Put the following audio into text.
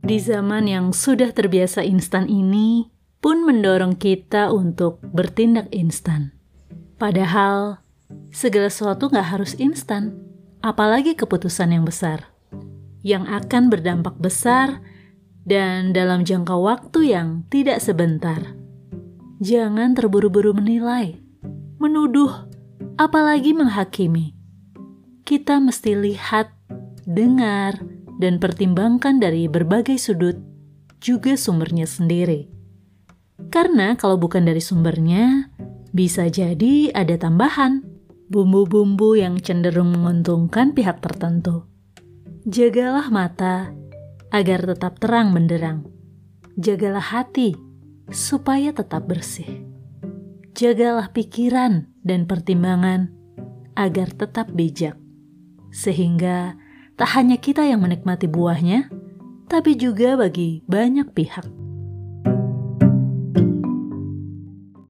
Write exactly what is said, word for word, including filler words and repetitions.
Di zaman yang sudah terbiasa instan ini, pun mendorong kita untuk bertindak instan. Padahal, segala sesuatu gak harus instan, apalagi keputusan yang besar, yang akan berdampak besar dan dalam jangka waktu yang tidak sebentar. Jangan terburu-buru menilai, menuduh, apalagi menghakimi. Kita mesti lihat, dengar, dan pertimbangkan dari berbagai sudut, juga sumbernya sendiri. Karena kalau bukan dari sumbernya, bisa jadi ada tambahan, bumbu-bumbu yang cenderung menguntungkan pihak tertentu. Jagalah mata, agar tetap terang benderang. Jagalah hati, supaya tetap bersih. Jagalah pikiran dan pertimbangan, agar tetap bijak. Sehingga tak hanya kita yang menikmati buahnya, tapi juga bagi banyak pihak.